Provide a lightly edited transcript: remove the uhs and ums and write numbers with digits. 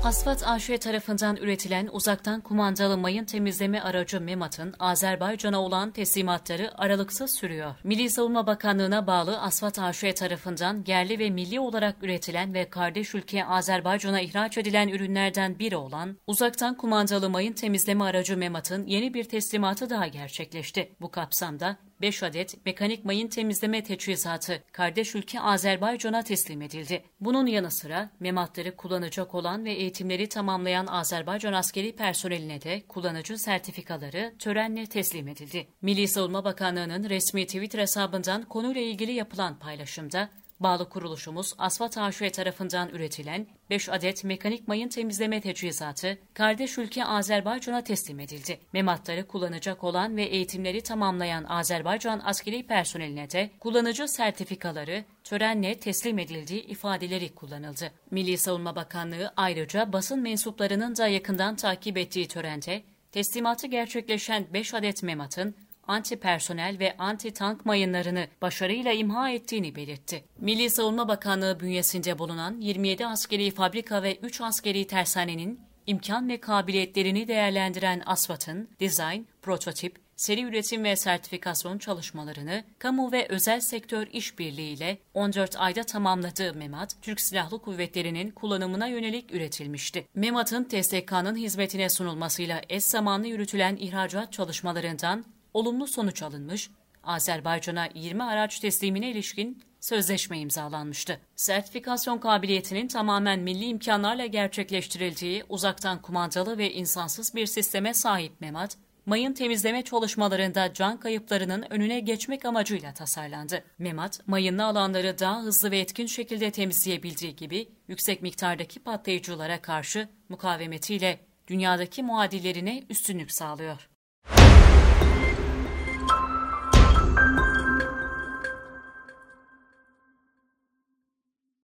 Asfat AŞ tarafından üretilen uzaktan kumandalı mayın temizleme aracı MEMAT'ın Azerbaycan'a olan teslimatları aralıksız sürüyor. Milli Savunma Bakanlığı'na bağlı Asfat AŞ tarafından yerli ve milli olarak üretilen ve kardeş ülke Azerbaycan'a ihraç edilen ürünlerden biri olan uzaktan kumandalı mayın temizleme aracı MEMAT'ın yeni bir teslimatı daha gerçekleşti. Bu kapsamda 5 adet mekanik mayın temizleme teçhizatı kardeş ülke Azerbaycan'a teslim edildi. Bunun yanı sıra MEMAT'ları kullanacak olan ve eğitimleri tamamlayan Azerbaycan askeri personeline de kullanıcı sertifikaları törenle teslim edildi. Milli Savunma Bakanlığı'nın resmi Twitter hesabından konuyla ilgili yapılan paylaşımda, bağlı kuruluşumuz Asfat AŞ tarafından üretilen 5 adet mekanik mayın temizleme teçhizatı kardeş ülke Azerbaycan'a teslim edildi. MEMAT'ları kullanacak olan ve eğitimleri tamamlayan Azerbaycan askeri personeline de kullanıcı sertifikaları törenle teslim edildiği ifadeleri kullanıldı. Milli Savunma Bakanlığı ayrıca basın mensuplarının da yakından takip ettiği törende teslimatı gerçekleşen 5 adet MEMAT'ın anti-personel ve anti-tank mayınlarını başarıyla imha ettiğini belirtti. Milli Savunma Bakanlığı bünyesinde bulunan 27 askeri fabrika ve 3 askeri tersanenin imkan ve kabiliyetlerini değerlendiren Asfat'ın dizayn, prototip, seri üretim ve sertifikasyon çalışmalarını kamu ve özel sektör işbirliğiyle 14 ayda tamamladığı MEMAT, Türk Silahlı Kuvvetleri'nin kullanımına yönelik üretilmişti. MEMAT'ın TSK'nın hizmetine sunulmasıyla eş zamanlı yürütülen ihracat çalışmalarından olumlu sonuç alınmış, Azerbaycan'a 20 araç teslimine ilişkin sözleşme imzalanmıştı. Sertifikasyon kabiliyetinin tamamen milli imkanlarla gerçekleştirildiği uzaktan kumandalı ve insansız bir sisteme sahip MEMAT, mayın temizleme çalışmalarında can kayıplarının önüne geçmek amacıyla tasarlandı. MEMAT, mayınlı alanları daha hızlı ve etkin şekilde temizleyebildiği gibi yüksek miktardaki patlayıcılara karşı mukavemetiyle dünyadaki muadillerine üstünlük sağlıyor.